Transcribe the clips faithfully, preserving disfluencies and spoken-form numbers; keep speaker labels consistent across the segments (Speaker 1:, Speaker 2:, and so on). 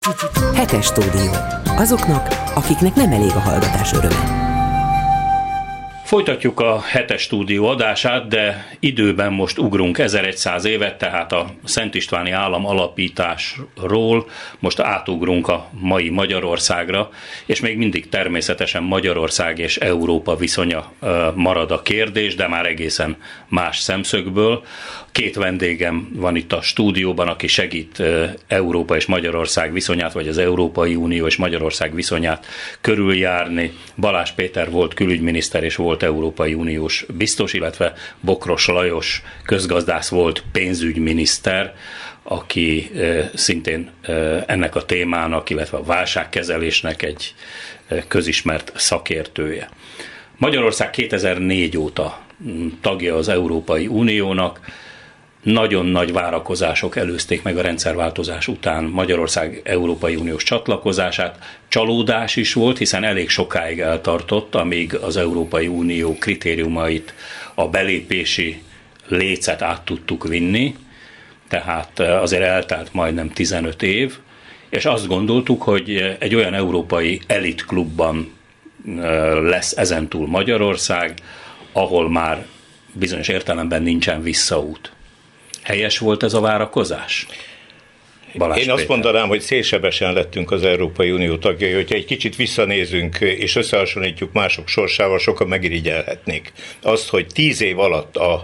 Speaker 1: Hetes stúdió. Azoknak, akiknek nem elég a hallgatás öröme.
Speaker 2: Folytatjuk a hetes stúdió adását, de időben most ugrunk ezerszáz évet, tehát a Szent Istváni állam alapításról most átugrunk a mai Magyarországra, és még mindig természetesen Magyarország és Európa viszonya marad a kérdés, de már egészen más szemszögből. Két vendégem van itt a stúdióban, aki segít Európa és Magyarország viszonyát, vagy az Európai Unió és Magyarország viszonyát körüljárni. Balázs Péter volt külügyminiszter és volt Európai Uniós biztos, illetve Bokros Lajos közgazdász volt pénzügyminiszter, aki szintén ennek a témának, illetve a válságkezelésnek egy közismert szakértője. Magyarország kétezer-négy óta tagja az Európai Uniónak. Nagyon nagy várakozások előzték meg a rendszerváltozás után Magyarország Európai Uniós csatlakozását. Csalódás is volt, hiszen elég sokáig eltartott, amíg az Európai Unió kritériumait, a belépési lécet át tudtuk vinni, tehát azért eltelt majdnem tizenöt év, és azt gondoltuk, hogy egy olyan európai elitklubban lesz ezentúl Magyarország, ahol már bizonyos értelemben nincsen visszaút. Helyes volt ez a várakozás? Balázs
Speaker 3: Én
Speaker 2: Péter.
Speaker 3: azt mondanám, hogy szélsebesen lettünk az Európai Unió tagjai, hogyha egy kicsit visszanézünk és összehasonlítjuk mások sorsával, sokan megirigyelhetnék. Azt, hogy tíz év alatt a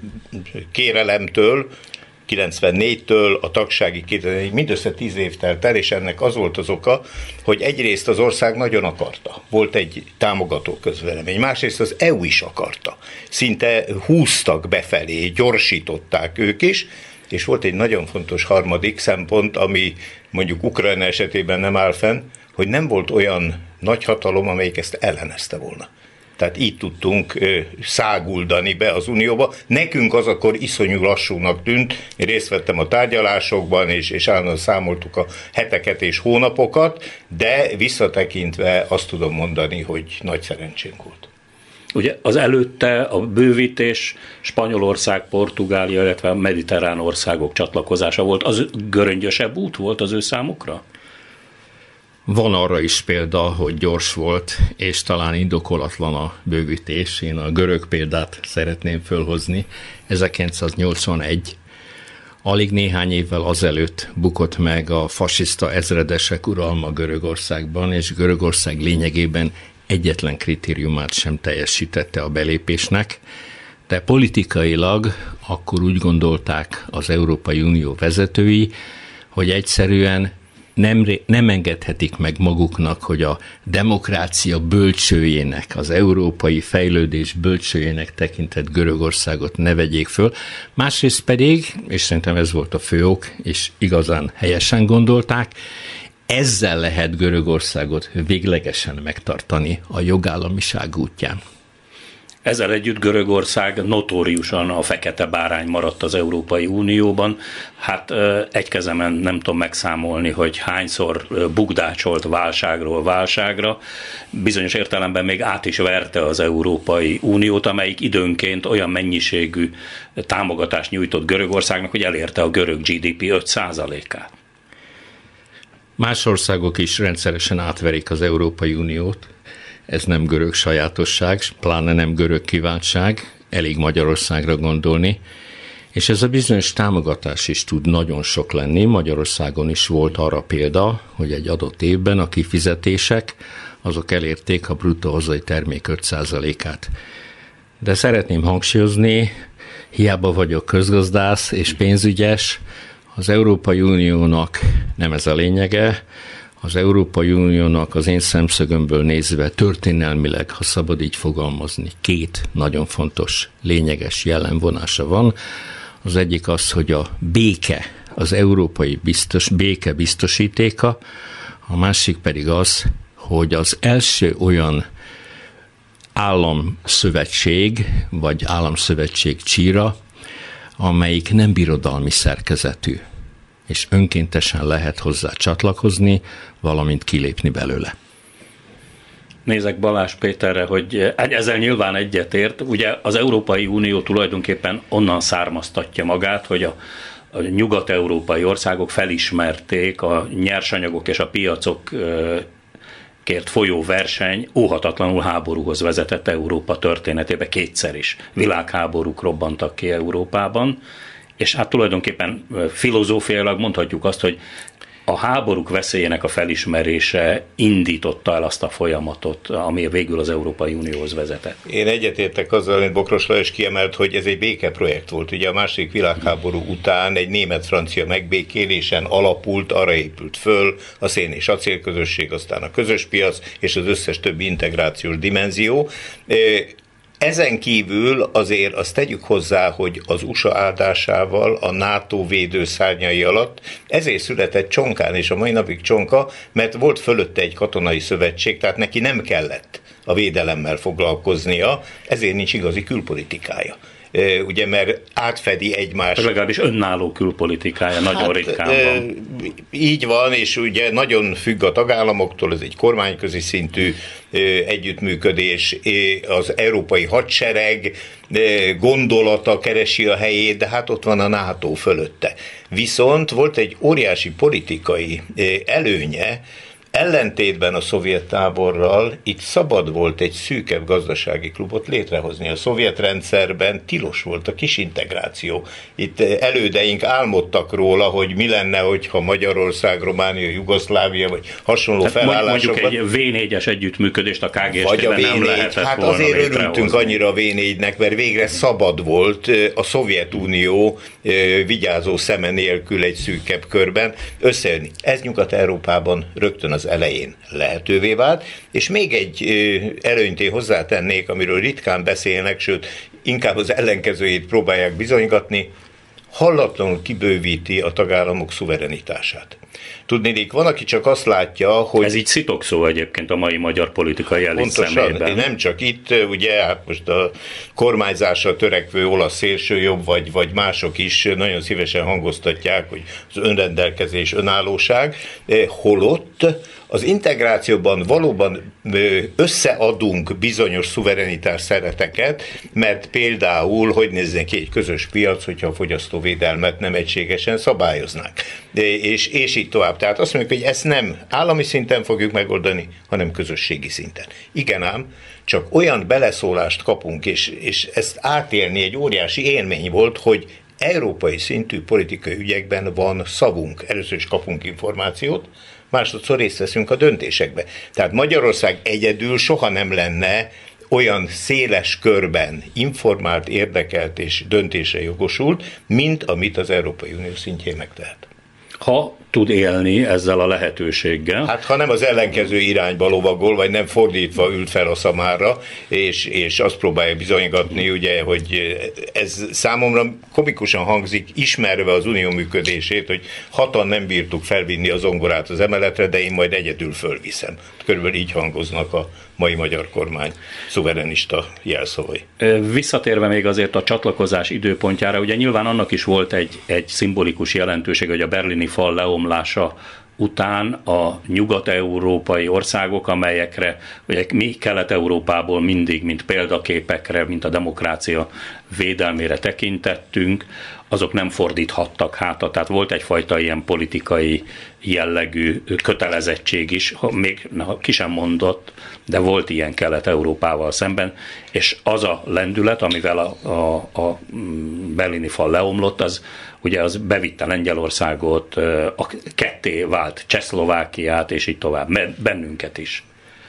Speaker 3: kérelemtől, kilencvennégytől a tagsági kétezer-négy, mindössze tíz év telt el, és ennek az volt az oka, hogy egyrészt az ország nagyon akarta. Volt egy támogató közvélemény, másrészt az é u is akarta. Szinte húztak befelé, gyorsították ők is, és volt egy nagyon fontos harmadik szempont, ami mondjuk Ukrajna esetében nem áll fenn, hogy nem volt olyan nagyhatalom, amelyik ezt ellenezte volna. Tehát így tudtunk ö, száguldani be az Unióba. Nekünk az akkor iszonyú lassúnak tűnt. Én részt vettem a tárgyalásokban, és, és állandóan számoltuk a heteket és hónapokat, de visszatekintve azt tudom mondani, hogy nagy szerencsénk volt.
Speaker 2: Ugye az előtte a bővítés Spanyolország, Portugália, illetve a mediterrán országok csatlakozása volt. Az göröngyösebb út volt az ő számukra?
Speaker 4: Van arra is példa, hogy gyors volt, és talán indokolatlan a bővítés. Én a görög példát szeretném fölhozni. ezerkilencszáznyolcvanegy, alig néhány évvel azelőtt bukott meg a fasiszta ezredesek uralma Görögországban, és Görögország lényegében egyetlen kritériumát sem teljesítette a belépésnek, de politikailag akkor úgy gondolták az Európai Unió vezetői, hogy egyszerűen Nem, nem engedhetik meg maguknak, hogy a demokrácia bölcsőjének, az európai fejlődés bölcsőjének tekintett Görögországot ne vegyék föl. Másrészt pedig, és szerintem ez volt a fő ok, és igazán helyesen gondolták, ezzel lehet Görögországot véglegesen megtartani a jogállamiság útján.
Speaker 2: Ezzel együtt Görögország notóriusan a fekete bárány maradt az Európai Unióban. Hát egy kezemen nem tudom megszámolni, hogy hányszor bukdácsolt válságról válságra. Bizonyos értelemben még át is verte az Európai Uniót, amelyik időnként olyan mennyiségű támogatást nyújtott Görögországnak, hogy elérte a görög gé dé pé öt százalékát.
Speaker 4: Más országok is rendszeresen átverik az Európai Uniót. Ez nem görög sajátosság, pláne nem görög kiváltság, elég Magyarországra gondolni, és ez a bizonyos támogatás is tud nagyon sok lenni. Magyarországon is volt arra példa, hogy egy adott évben a kifizetések, azok elérték a bruttó hazai termék öt százalékát. De szeretném hangsúlyozni, hiába vagyok közgazdász és pénzügyes, az Európai Uniónak nem ez a lényege. Az Európai Uniónak az én szemszögömből nézve történelmileg, ha szabad így fogalmazni, két nagyon fontos, lényeges jellemvonása van. Az egyik az, hogy a béke, az európai biztos, béke biztosítéka, a másik pedig az, hogy az első olyan államszövetség, vagy államszövetség csíra, amelyik nem birodalmi szerkezetű, és önkéntesen lehet hozzá csatlakozni, valamint kilépni belőle.
Speaker 2: Nézek Balázs Péterre, hogy ezzel nyilván egyetért. Ugye az Európai Unió tulajdonképpen onnan származtatja magát, hogy a a nyugat-európai országok felismerték a nyersanyagok és a piacok kért folyó verseny óhatatlanul háborúhoz vezetett Európa történetében kétszer is. Világháborúk robbantak ki Európában, és hát tulajdonképpen filozófiailag mondhatjuk azt, hogy a háborúk veszélyének a felismerése indította el azt a folyamatot, ami végül az Európai Unióhoz vezetett.
Speaker 3: Én egyetértek azzal, amit Bokros Lajos kiemelt, hogy ez egy békeprojekt volt. Ugye a második világháború után egy német-francia megbékélésen alapult, arra épült föl a szén és acélközösség, aztán a közös piac és az összes többi integrációs dimenzió. Ezen kívül azért azt tegyük hozzá, hogy az u es á áldásával, a NATO védőszárnyai alatt ezért született Csonkán, és a mai napig Csonka, mert volt fölötte egy katonai szövetség, tehát neki nem kellett a védelemmel foglalkoznia, ezért nincs igazi külpolitikája. Ugye, mert átfedi egymást.
Speaker 2: Legalábbis önálló külpolitikája nagyon hát, ritkán van.
Speaker 3: Így van, és ugye nagyon függ a tagállamoktól, ez egy kormányközi szintű együttműködés, az európai hadsereg gondolata keresi a helyét, de hát ott van a NATO fölötte. Viszont volt egy óriási politikai előnye, ellentétben a szovjet táborral, itt szabad volt egy szűkebb gazdasági klubot létrehozni. A szovjet rendszerben tilos volt a kis integráció. Itt elődeink álmodtak róla, hogy mi lenne, hogyha Magyarország, Románia, Jugoszlávia, vagy hasonló hát felállásokban.
Speaker 2: Mondjuk egy vé négyes együttműködést a ká gé es té-ben nem lehetett
Speaker 3: hát
Speaker 2: volna
Speaker 3: azért örültünk annyira a vé négynek, mert végre szabad volt a Szovjetunió vigyázó szeme nélkül egy szűkebb körben összejönni. Ez Nyugat-Európában rögtön az az elején lehetővé vált, és még egy előnyt én hozzátennék, amiről ritkán beszélnek, sőt, inkább az ellenkezőjét próbálják bizonygatni, hallatlanul kibővíti a tagállamok szuverenitását. Tudnélik, van, aki csak azt látja, hogy...
Speaker 2: Ez így szitokszó egyébként a mai magyar politikai elit szemében.
Speaker 3: Nem csak itt, ugye, hát most a kormányzásra törekvő olasz szélsőjobb, vagy, vagy mások is nagyon szívesen hangoztatják, hogy az önrendelkezés, önállóság, holott az integrációban valóban összeadunk bizonyos szuverenitás szereteket, mert például, hogy nézzen ki egy közös piac, hogyha a fogyasztóvédelmet nem egységesen szabályoznák. És, és így tovább. Tehát azt mondjuk, hogy ezt nem állami szinten fogjuk megoldani, hanem közösségi szinten. Igen ám, csak olyan beleszólást kapunk, és, és ezt átélni egy óriási élmény volt, hogy európai szintű politikai ügyekben van szavunk. Először is kapunk információt, másodszor részt veszünk a döntésekbe. Tehát Magyarország egyedül soha nem lenne olyan széles körben informált, érdekelt és döntésre jogosult, mint amit az Európai Unió szintjén megtehet.
Speaker 2: Ha tud élni ezzel a lehetőséggel.
Speaker 3: Hát ha nem az ellenkező irányba lovagol, vagy nem fordítva ült fel a szamára, és, és azt próbálja bizonygatni, ugye, hogy ez számomra komikusan hangzik, ismerve az unió működését, hogy hatan nem bírtuk felvinni a zongorát az emeletre, de én majd egyedül fölviszem. Körülbelül így hangoznak a mai magyar kormány szuverenista jelszavai.
Speaker 2: Visszatérve még azért a csatlakozás időpontjára, ugye nyilván annak is volt egy, egy szimbolikus jelentőség, hogy a berlini fal leomlása után a nyugat-európai országok, amelyekre ugye mi Kelet-Európából mindig, mint példaképekre, mint a demokrácia védelmére tekintettünk, azok nem fordíthattak hátat. Tehát volt egyfajta ilyen politikai jellegű kötelezettség is, még ha ki sem mondott, de volt ilyen Kelet-Európával szemben, és az a lendület, amivel a, a, a berlini fal leomlott, az ugye az bevitte Lengyelországot, a ketté vált Csehszlovákiát, és így tovább, bennünket is.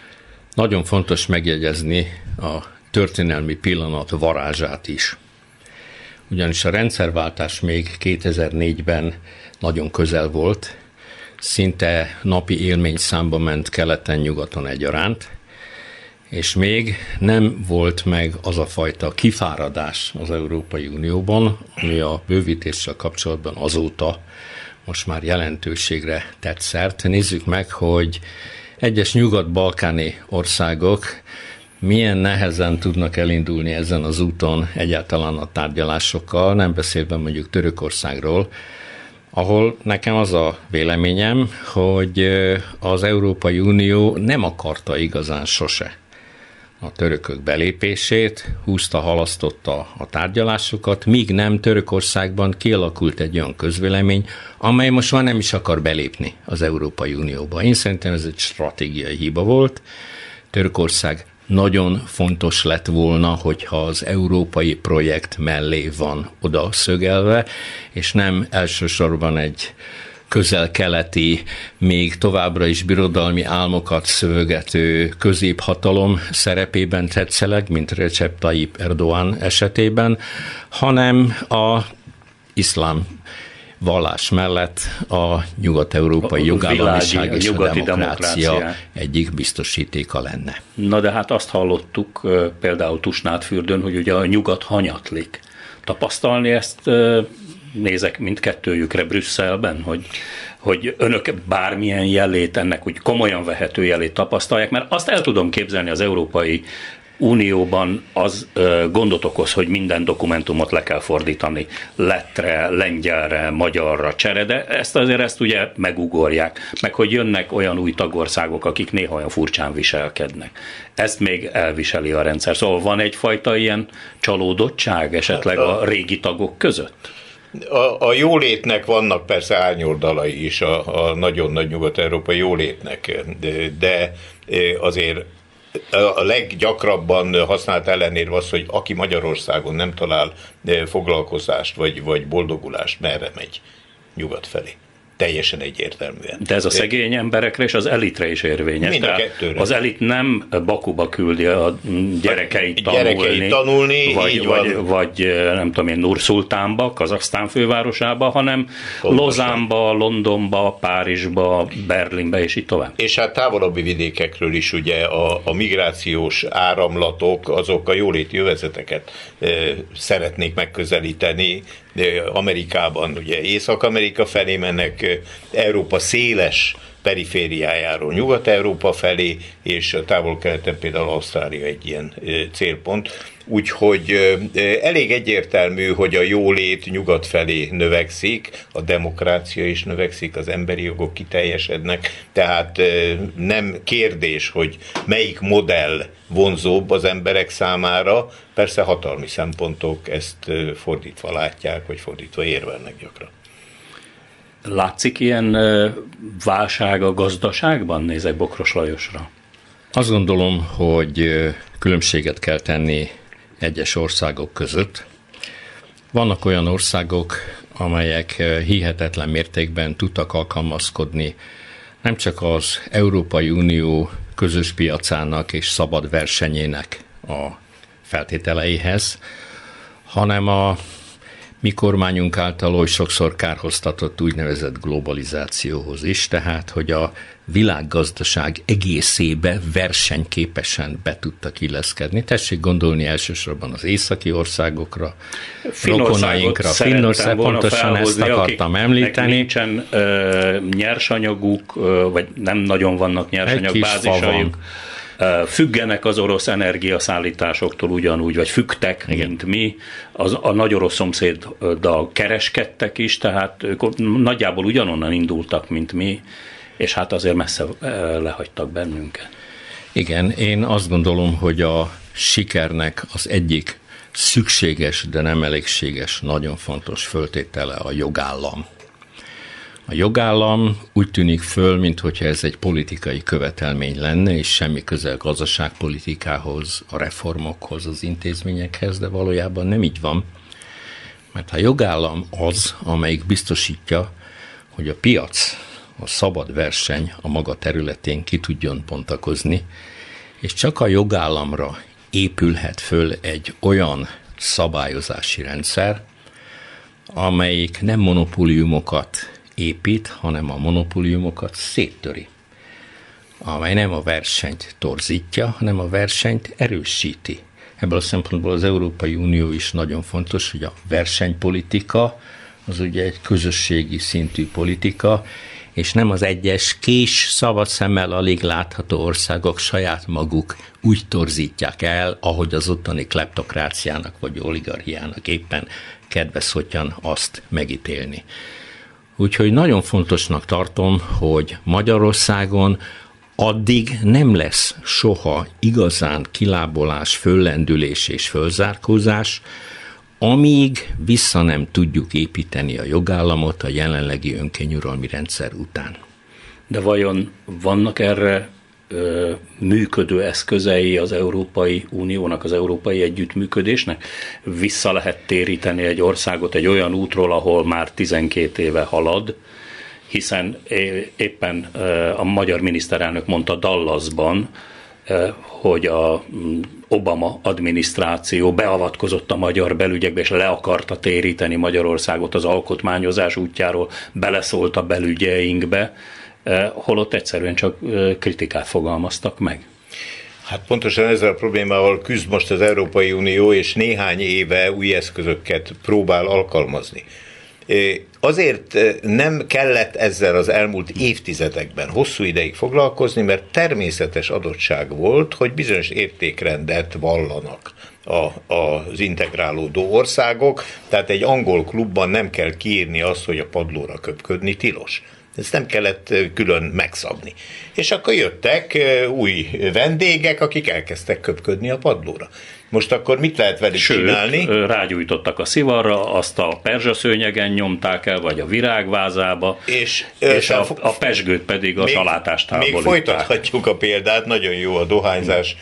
Speaker 4: Nagyon fontos megjegyezni a történelmi pillanat varázsát is. Ugyanis a rendszerváltás még kétezer-négyben nagyon közel volt, szinte napi élményszámba ment keleten-nyugaton egyaránt, és még nem volt meg az a fajta kifáradás az Európai Unióban, ami a bővítéssel kapcsolatban azóta most már jelentőségre tett szert. Nézzük meg, hogy egyes nyugat-balkáni országok milyen nehezen tudnak elindulni ezen az úton egyáltalán a tárgyalásokkal, nem beszélve mondjuk Törökországról, ahol nekem az a véleményem, hogy az Európai Unió nem akarta igazán sose a törökök belépését, húzta, halasztotta a tárgyalásokat, míg nem Törökországban kialakult egy olyan közvélemény, amely most már nem is akar belépni az Európai Unióba. Én szerintem ez egy stratégiai hiba volt. Törökország nagyon fontos lett volna, hogyha az európai projekt mellé van oda szögelve, és nem elsősorban egy közel-keleti, még továbbra is birodalmi álmokat szövögető középhatalom szerepében tetszeleg, mint Recep Tayyip Erdoğan esetében, hanem a iszlám vallás mellett a nyugat-európai jogállamiság világi, és a, a demokrácia, demokrácia egyik biztosítéka lenne.
Speaker 2: Na de hát azt hallottuk például Tusnádfürdőn, hogy ugye a nyugat hanyatlik. Tapasztalni ezt nézek mindkettőjükre Brüsszelben, hogy, hogy önök bármilyen jelét, ennek úgy komolyan vehető jelét tapasztalják, mert azt el tudom képzelni az Európai Unióban, az ö, gondot okoz, hogy minden dokumentumot le kell fordítani lettre, lengyelre, magyarra, csere, de ezt azért ezt ugye megugorják, meg hogy jönnek olyan új tagországok, akik néha olyan furcsán viselkednek. Ezt még elviseli a rendszer. Szóval van egyfajta ilyen csalódottság esetleg a régi tagok között?
Speaker 3: A, a jólétnek vannak persze árnyoldalai is, a, a nagyon nagy nyugat-európai jólétnek, de, de azért a leggyakrabban használt ellenérv az, hogy aki Magyarországon nem talál foglalkozást vagy, vagy boldogulást, merre megy? Nyugat felé. Teljesen egyértelműen.
Speaker 2: De ez a szegény emberekre és az elitre is érvényes.
Speaker 3: Mind a kettőre.
Speaker 2: Az elit nem Bakuba küldi a gyerekeit tanulni,
Speaker 3: gyerekeit tanulni
Speaker 2: vagy, vagy, vagy nem tudom én, Nur-Szultánba, Kazaksztán fővárosába, hanem pontosan Lozánba, Londonba, Párizsba, Berlinbe, és így tovább.
Speaker 3: És hát távolabbi vidékekről is ugye a, a migrációs áramlatok, azok a jóléti övezeteket e, szeretnék megközelíteni. Amerikában, ugye Észak-Amerika felé mennek, Európa széles perifériájáról Nyugat-Európa felé, és a távol-keleten például Ausztrália egy ilyen célpont. Úgyhogy elég egyértelmű, hogy a jólét nyugat felé növekszik, a demokrácia is növekszik, az emberi jogok kiteljesednek, tehát nem kérdés, hogy melyik modell vonzóbb az emberek számára, persze hatalmi szempontok ezt fordítva látják, vagy fordítva érvelnek gyakran.
Speaker 2: Látszik ilyen válság a gazdaságban? Nézek Bokros Lajosra.
Speaker 4: Azt gondolom, hogy különbséget kell tenni egyes országok között. Vannak olyan országok, amelyek hihetetlen mértékben tudtak alkalmazkodni nem csak az Európai Unió közös piacának és szabad versenyének a feltételeihez, hanem a mi kormányunk által oly sokszor kárhoztatott úgynevezett globalizációhoz is, tehát hogy a világgazdaság egészébe versenyképesen be tudtak illeszkedni. Tessék gondolni elsősorban az északi országokra, rokonainkra, Finnország, pontosan ezt akartam említeni.
Speaker 2: Nincsen ö, nyersanyaguk, ö, vagy nem nagyon vannak nyersanyagbázisajuk. Függenek az orosz energiaszállításoktól ugyanúgy, vagy függtek, igen, mint mi. Az, a nagy orosz szomszéddal kereskedtek is, tehát ők nagyjából ugyanonnan indultak, mint mi, és hát azért messze lehagytak bennünket.
Speaker 4: Igen, én azt gondolom, hogy a sikernek az egyik szükséges, de nem elégséges, nagyon fontos föltétele a jogállam. A jogállam úgy tűnik föl, mintha ez egy politikai követelmény lenne, és semmi közel gazdaságpolitikához, a reformokhoz, az intézményekhez, de valójában nem így van. Mert a jogállam az, amelyik biztosítja, hogy a piac, a szabad verseny a maga területén ki tudjon bontakozni, és csak a jogállamra épülhet föl egy olyan szabályozási rendszer, amelyik nem monopóliumokat épít, hanem a monopóliumokat széttöri, amely nem a versenyt torzítja, hanem a versenyt erősíti. Ebből a szempontból az Európai Unió is nagyon fontos, hogy a versenypolitika az ugye egy közösségi szintű politika, és nem az egyes kés szabad szemmel alig látható országok saját maguk úgy torzítják el, ahogy az ottani kleptokráciának vagy oligarchiának éppen kedvezhotyan azt megítélni. Úgyhogy nagyon fontosnak tartom, hogy Magyarországon addig nem lesz soha igazán kilábolás, föllendülés és fölzárkózás, amíg vissza nem tudjuk építeni a jogállamot a jelenlegi önkényuralmi rendszer után.
Speaker 2: De vajon vannak erre ö, működő eszközei az Európai Uniónak, az európai együttműködésnek? Vissza lehet téríteni egy országot egy olyan útról, ahol már tizenkét éve halad, hiszen éppen a magyar miniszterelnök mondta Dallasban, hogy a Obama adminisztráció beavatkozott a magyar belügyekbe, és le akarta téríteni Magyarországot az alkotmányozás útjáról, beleszólt a belügyeinkbe, holott egyszerűen csak kritikát fogalmaztak meg.
Speaker 3: Hát pontosan ezzel a problémával küzd most az Európai Unió, és néhány éve új eszközöket próbál alkalmazni. Azért nem kellett ezzel az elmúlt évtizedekben hosszú ideig foglalkozni, mert természetes adottság volt, hogy bizonyos értékrendet vallanak a, az integrálódó országok, tehát egy angol klubban nem kell kiírni azt, hogy a padlóra köpködni tilos. Ezt nem kellett külön megszabni. És akkor jöttek új vendégek, akik elkezdtek köpködni a padlóra. Most akkor mit lehet velük
Speaker 2: Sőt,
Speaker 3: csinálni?
Speaker 2: Rágyújtottak a szivarra, azt a perzsaszőnyegen nyomták el, vagy a virágvázába, és, és a, a pesgőt pedig a salátástálból.
Speaker 3: Még folytathatjuk a példát, nagyon jó a dohányzás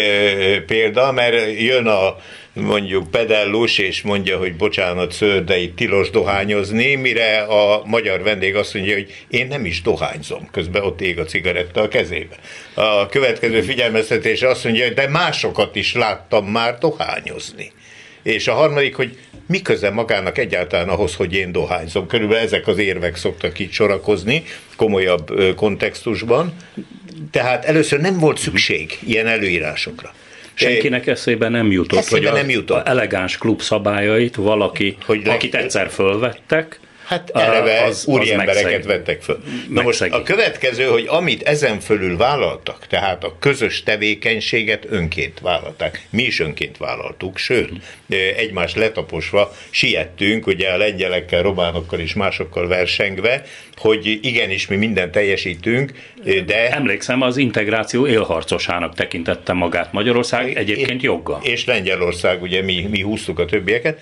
Speaker 3: példa, mert jön a mondjuk pedellus, és mondja, hogy bocsánat, ször, de itt tilos dohányozni, mire a magyar vendég azt mondja, hogy én nem is dohányzom, közben ott ég a cigaretta a kezébe. A következő figyelmeztetés azt mondja, hogy de másokat is láttam már dohányozni. És a harmadik, hogy mi köze magának egyáltalán ahhoz, hogy én dohányzom. Körülbelül ezek az érvek szoktak itt sorakozni, komolyabb kontextusban. Tehát először nem volt szükség ilyen előírásokra.
Speaker 2: Senkinek eszébe nem jutott,
Speaker 3: eszébe
Speaker 2: hogy
Speaker 3: nem jutott.
Speaker 2: a elegáns klub szabályait valaki, hogy akit egyszer fölvettek,
Speaker 3: hát eleve
Speaker 2: az,
Speaker 3: úri
Speaker 2: az
Speaker 3: embereket
Speaker 2: megszegi.
Speaker 3: vettek föl. Na most a következő, hogy amit ezen fölül vállaltak, tehát a közös tevékenységet önként vállalták. Mi is önként vállaltuk, sőt, egymást letaposva siettünk, ugye a lengyelekkel, románokkal és másokkal versengve, hogy igenis mi mindent teljesítünk, de...
Speaker 2: Emlékszem, az integráció élharcosának tekintette magát Magyarország, egyébként joggal.
Speaker 3: És Lengyelország, ugye mi, mi húztuk a többieket,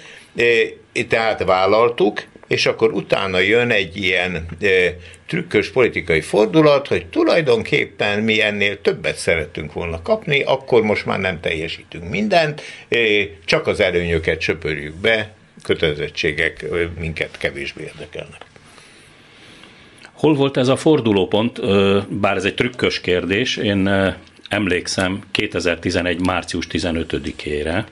Speaker 3: tehát vállaltuk, és akkor utána jön egy ilyen e, trükkös politikai fordulat, hogy tulajdonképpen mi ennél többet szerettünk volna kapni, akkor most már nem teljesítünk mindent, e, csak az előnyöket söpörjük be, kötelezettségek e, minket kevésbé érdekelnek.
Speaker 2: Hol volt ez a fordulópont, bár ez egy trükkös kérdés, én emlékszem kétezer-tizenegy. március tizenötödikére,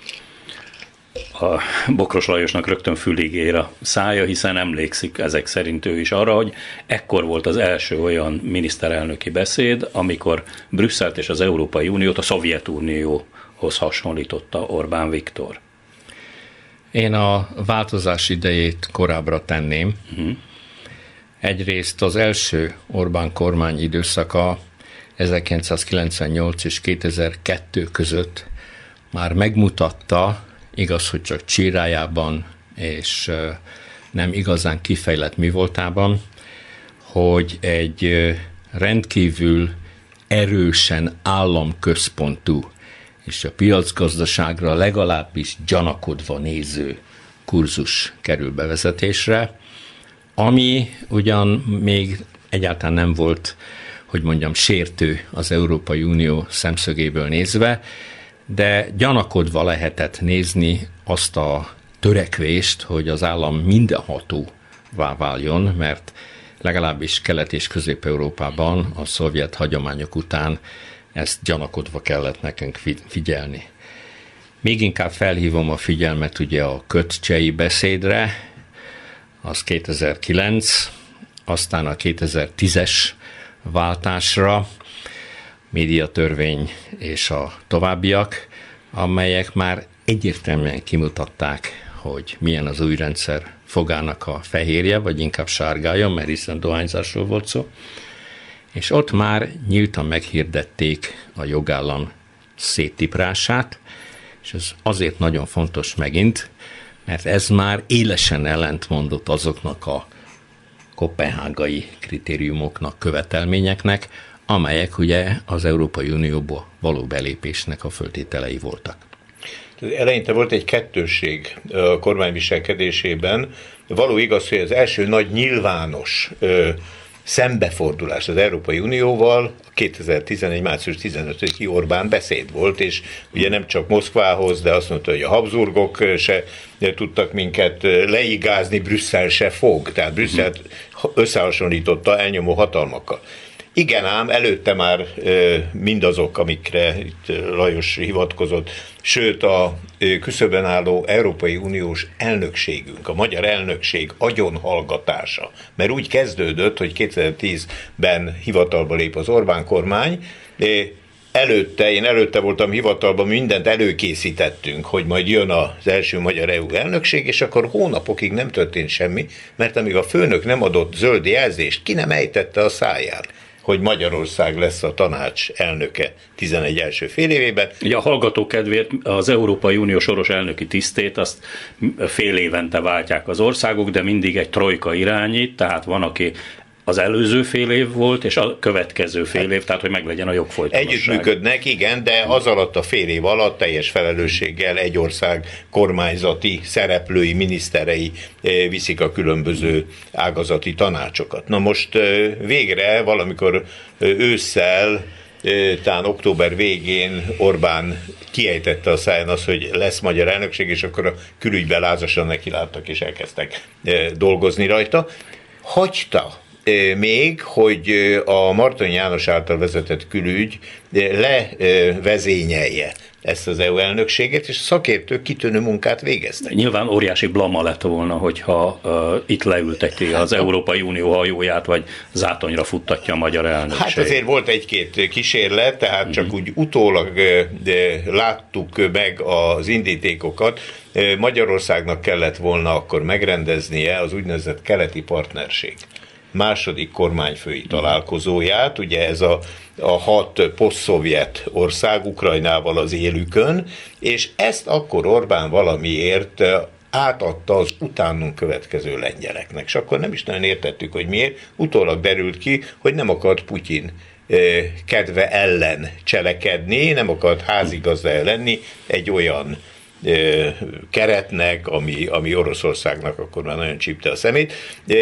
Speaker 2: a Bokros Lajosnak rögtön fülig ér a szája, hiszen emlékszik ezek szerint ő is arra, hogy ekkor volt az első olyan miniszterelnöki beszéd, amikor Brüsszelt és az Európai Uniót a Szovjetunióhoz hasonlította Orbán Viktor.
Speaker 4: Én a változás idejét korábbra tenném. Uh-huh. Egyrészt az első Orbán kormány időszaka ezerkilencszázkilencvennyolc és kétezer-kettő között már megmutatta, igaz, hogy csak csírájában és nem igazán kifejlett művoltában, hogy egy rendkívül erősen államközpontú és a piacgazdaságra legalábbis gyanakodva néző kurzus kerül bevezetésre, ami ugyan még egyáltalán nem volt, hogy mondjam, sértő az Európai Unió szemszögéből nézve, de gyanakodva lehetett nézni azt a törekvést, hogy az állam mindenhatóvá váljon, mert legalábbis Kelet- és Közép-Európában a szovjet hagyományok után ezt gyanakodva kellett nekünk figyelni. Még inkább felhívom a figyelmet ugye a Kötcsei beszédre, az kétezer-kilenc, aztán a kétezer-tízes váltásra, médiatörvény és a továbbiak, amelyek már egyértelműen kimutatták, hogy milyen az új rendszer fogának a fehérje, vagy inkább sárgája, mert hiszen dohányzásról volt szó, és ott már nyíltan meghirdették a jogállam széttiprását, és ez azért nagyon fontos megint, mert ez már élesen ellentmondott azoknak a koppenhágai kritériumoknak, követelményeknek, amelyek ugye az Európai Unióba való belépésnek a föltételei voltak.
Speaker 3: Eleinte volt egy kettősség a kormány viselkedésében. Való igaz, hogy az első nagy nyilvános ö, szembefordulás az Európai Unióval kétezer-tizenegy. március tizenötödiki Orbán beszéd volt, és ugye nem csak Moszkvához, de azt mondta, hogy a Habsburgok se tudtak minket leigázni, Brüsszel se fog. Tehát Brüsszelt összehasonlította elnyomó hatalmakkal. Igen ám, előtte már mindazok, amikre itt Lajos hivatkozott, sőt a küszöbön álló Európai Uniós elnökségünk, a magyar elnökség agyonhallgatása, mert úgy kezdődött, hogy kétezer-tízben hivatalba lép az Orbán kormány, előtte, én előtte voltam hivatalban, mindent előkészítettünk, hogy majd jön az első magyar é u elnökség, és akkor hónapokig nem történt semmi, mert amíg a főnök nem adott zöld jelzést, ki nem ejtette a száján, hogy Magyarország lesz a tanács elnöke tizenegy első fél évében.
Speaker 2: Ugye a hallgató kedvéért az Európai Unió soros elnöki tisztét azt fél évente váltják az országok, de mindig egy trojka irányít, tehát van, aki az előző fél év volt, és a következő fél év, tehát hogy meglegyen a jogfolytonosság.
Speaker 3: Együttműködnek, igen, de az alatt a fél év alatt teljes felelősséggel egy ország kormányzati szereplői, miniszterei viszik a különböző ágazati tanácsokat. Na most végre valamikor ősszel, talán október végén Orbán kiejtette a száján azt, hogy lesz magyar elnökség, és akkor a külügyben lázasan nekiláttak, és elkezdtek dolgozni rajta. Hagyta még, hogy a Martonyi János által vezetett külügy levezényelje ezt az é u elnökséget, és a szakértők kitűnő munkát végeztek.
Speaker 2: Nyilván óriási blama lett volna, hogyha uh, itt leülteti az Európai Unió hajóját, vagy zátonyra futtatja a magyar elnökség.
Speaker 3: Hát azért volt egy-két kísérlet, tehát csak uh-huh. úgy utólag de láttuk meg az indítékokat. Magyarországnak kellett volna akkor megrendeznie az úgynevezett keleti partnerség második kormányfői találkozóját, ugye ez a, a hat posztszovjet ország Ukrajnával az élükön, és ezt akkor Orbán valamiért átadta az utánunk következő lengyeleknek. És akkor nem is nagyon értettük, hogy miért. Utólag derült ki, hogy nem akart Putyin kedve ellen cselekedni, nem akart házigazdája lenni egy olyan keretnek, ami, ami Oroszországnak akkor már nagyon csípte a szemét,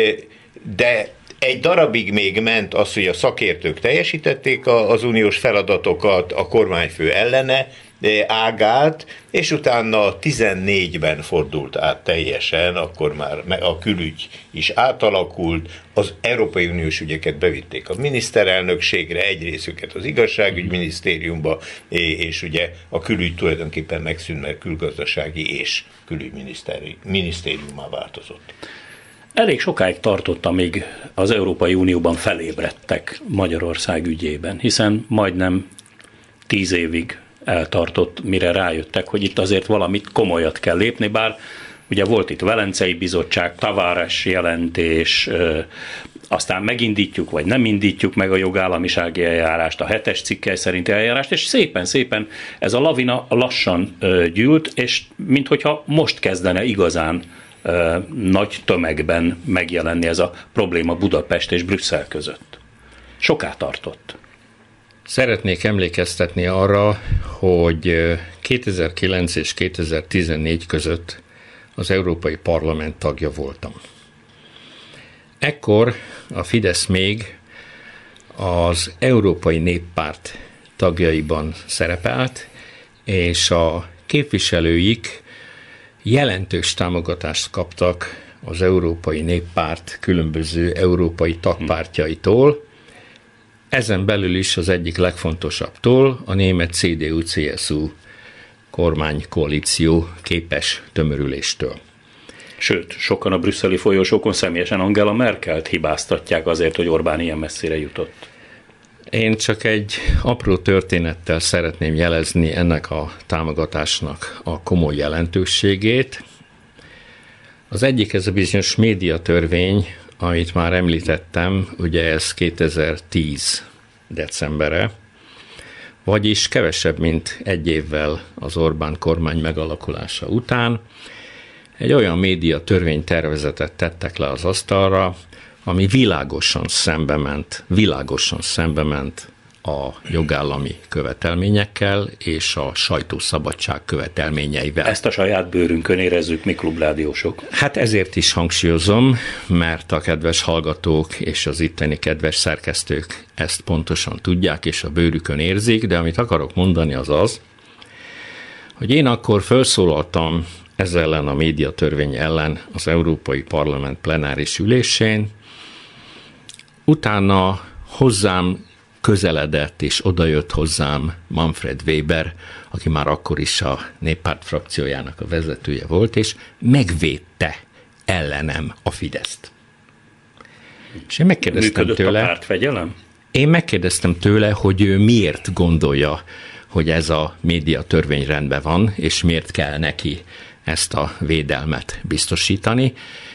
Speaker 3: de egy darabig még ment az, hogy a szakértők teljesítették az uniós feladatokat, a kormányfő ellene ágált, és utána tizennégyben fordult át teljesen, akkor már a külügy is átalakult, az Európai Uniós ügyeket bevitték a miniszterelnökségre, egy részüket az igazságügyminisztériumba, és ugye a külügy tulajdonképpen megszűnt, mert külgazdasági és külügyminisztériummá változott.
Speaker 2: Elég sokáig tartott, amíg az Európai Unióban felébredtek Magyarország ügyében, hiszen majdnem tíz évig eltartott, mire rájöttek, hogy itt azért valamit komolyat kell lépni, bár ugye volt itt Velencei Bizottság, Tavares jelentés, aztán megindítjuk, vagy nem indítjuk meg a jogállamisági eljárást, a hetes cikkely szerinti eljárást, és szépen-szépen ez a lavina lassan gyűlt, és minthogyha most kezdene igazán nagy tömegben megjelenni ez a probléma Budapest és Brüsszel között. Soká tartott.
Speaker 4: Szeretnék emlékeztetni arra, hogy kétezer-kilenc és kétezer-tizennégy között az Európai Parlament tagja voltam. Ekkor a Fidesz még az Európai Néppárt tagjaiban szerepelt, és a képviselőik jelentős támogatást kaptak az Európai Néppárt különböző európai tagpártjaitól, ezen belül is az egyik legfontosabbtól, a német cé dé u cé es u kormánykoalíció képes tömörüléstől.
Speaker 2: Sőt, sokan a brüsszeli folyosókon személyesen Angela Merkelt hibáztatják azért, hogy Orbán ilyen messzire jutott.
Speaker 4: Én csak egy apró történettel szeretném jelezni ennek a támogatásnak a komoly jelentőségét. Az egyik ez a bizonyos médiatörvény, amit már említettem, ugye ez kétezer-tíz decembere, vagyis kevesebb, mint egy évvel az Orbán kormány megalakulása után egy olyan médiatörvénytervezetet tettek le az asztalra, ami világosan szembe ment, világosan szembe ment a jogállami követelményekkel és a sajtószabadság követelményeivel.
Speaker 2: Ezt a saját bőrünkön érezzük mi klubrádiósok.
Speaker 4: Hát ezért is hangsúlyozom, mert a kedves hallgatók és az itteni kedves szerkesztők ezt pontosan tudják és a bőrükön érzik, de amit akarok mondani az az, hogy én akkor felszólaltam ez ellen a médiatörvény ellen az Európai Parlament plenáris ülésén, utána hozzám közeledett és odajött hozzám Manfred Weber, aki már akkor is a Néppárt frakciójának a vezetője volt, és megvédte ellenem a Fideszt. És én megkérdeztem
Speaker 2: Működött
Speaker 4: tőle,
Speaker 2: a pártfegyelem?
Speaker 4: Én megkérdeztem tőle, hogy ő miért gondolja, hogy ez a médiatörvény rendben van, és miért kell neki ezt a védelmet biztosítani,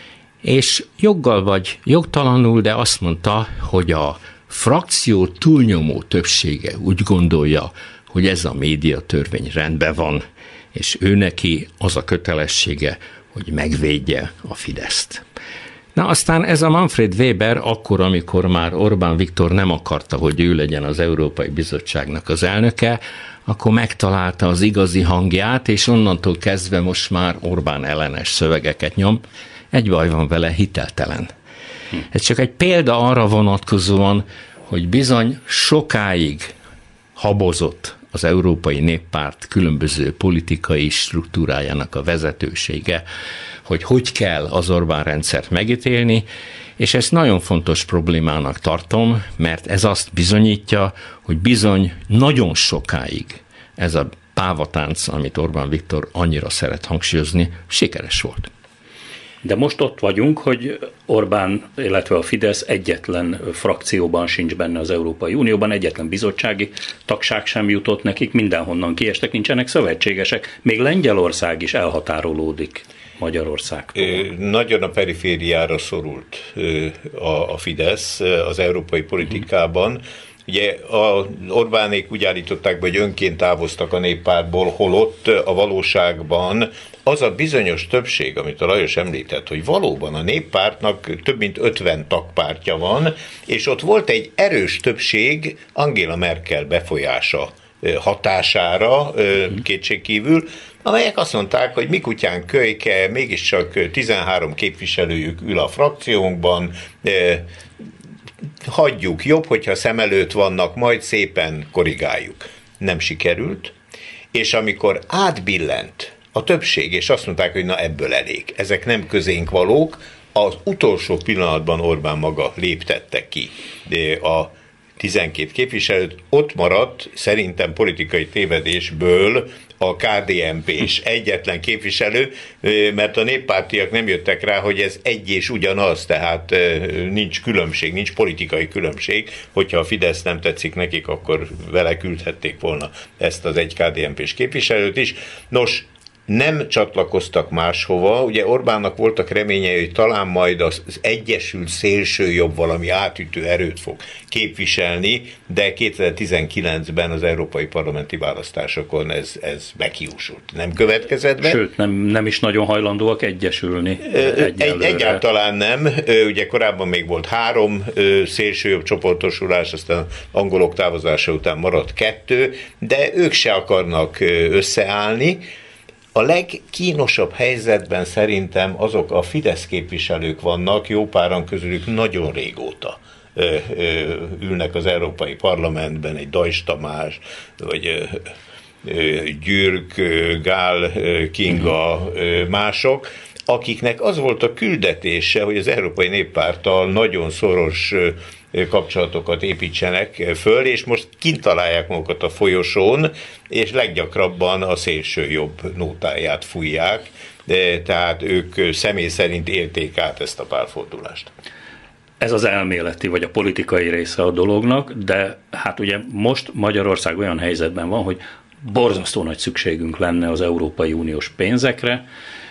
Speaker 4: és joggal vagy jogtalanul, de azt mondta, hogy a frakció túlnyomó többsége úgy gondolja, hogy ez a médiatörvény rendben van, és ő neki az a kötelessége, hogy megvédje a Fideszt. Na aztán ez a Manfred Weber akkor, amikor már Orbán Viktor nem akarta, hogy ő legyen az Európai Bizottságnak az elnöke, akkor megtalálta az igazi hangját, és onnantól kezdve most már Orbán ellenes szövegeket nyom. Egy baj van vele, hiteltelen. Ez csak egy példa arra vonatkozóan, hogy bizony sokáig habozott az Európai Néppárt különböző politikai struktúrájának a vezetősége, hogy hogy kell az Orbán rendszert megítélni, és ezt nagyon fontos problémának tartom, mert ez azt bizonyítja, hogy bizony nagyon sokáig ez a pávatánc, amit Orbán Viktor annyira szeret hangsúlyozni, sikeres volt.
Speaker 2: De most ott vagyunk, hogy Orbán, illetve a Fidesz egyetlen frakcióban sincs benne az Európai Unióban, egyetlen bizottsági tagság sem jutott nekik, mindenhonnan kiestek, nincsenek szövetségesek. Még Lengyelország is elhatárolódik Magyarországtól.
Speaker 3: Nagyon a perifériára szorult a Fidesz az európai politikában. Ugye a Orbánék úgy állították be, hogy önként távoztak a Néppártból, holott a valóságban az a bizonyos többség, amit a Lajos említett, hogy valóban a Néppártnak több mint ötven tagpártja van, és ott volt egy erős többség Angela Merkel befolyása hatására kétségkívül, amelyek azt mondták, hogy mi kutyán kölyke, mégiscsak tizenhárom képviselőjük ül a frakciónkban, hagyjuk, jobb, hogyha szem előtt vannak, majd szépen korrigáljuk. Nem sikerült, és amikor átbillent a többség, és azt mondták, hogy na ebből elég, ezek nem közénk valók, az utolsó pillanatban Orbán maga léptette ki a tizenkét képviselőt, ott maradt szerintem politikai tévedésből a ká dé en pés egyetlen képviselő, mert a néppártiak nem jöttek rá, hogy ez egy és ugyanaz, tehát nincs különbség, nincs politikai különbség, hogyha a Fidesz nem tetszik nekik, akkor vele küldhették volna ezt az egy ká dé en pés képviselőt is. Nos, nem csatlakoztak máshova, ugye Orbánnak voltak reményei, hogy talán majd az egyesült szélsőjobb valami átütő erőt fog képviselni, de kétezer-tizenkilencben az európai parlamenti választásokon ez, ez meghiúsult. Nem következett be.
Speaker 2: Sőt, nem, nem is nagyon hajlandóak egyesülni.
Speaker 3: Egy, egyáltalán nem. Ugye korábban még volt három szélsőjobb csoportosulás, aztán angolok távozása után maradt kettő, de ők se akarnak összeállni. A legkínosabb helyzetben szerintem azok a Fidesz képviselők vannak, jó páran közülük nagyon régóta ö, ö, ülnek az Európai Parlamentben, egy Dajs Tamás, vagy ö, ö, Gyürk, ö, Gál, ö, Kinga, ö, mások, akiknek az volt a küldetése, hogy az Európai Néppárttal nagyon szoros ö, kapcsolatokat építsenek föl, és most kint találják magukat a folyosón, és leggyakrabban a szélső jobb nótáját fújják, de tehát ők személy szerint élték át ezt a párfordulást.
Speaker 2: Ez az elméleti vagy a politikai része a dolognak, de hát ugye most Magyarország olyan helyzetben van, hogy borzasztó nagy szükségünk lenne az Európai Uniós pénzekre,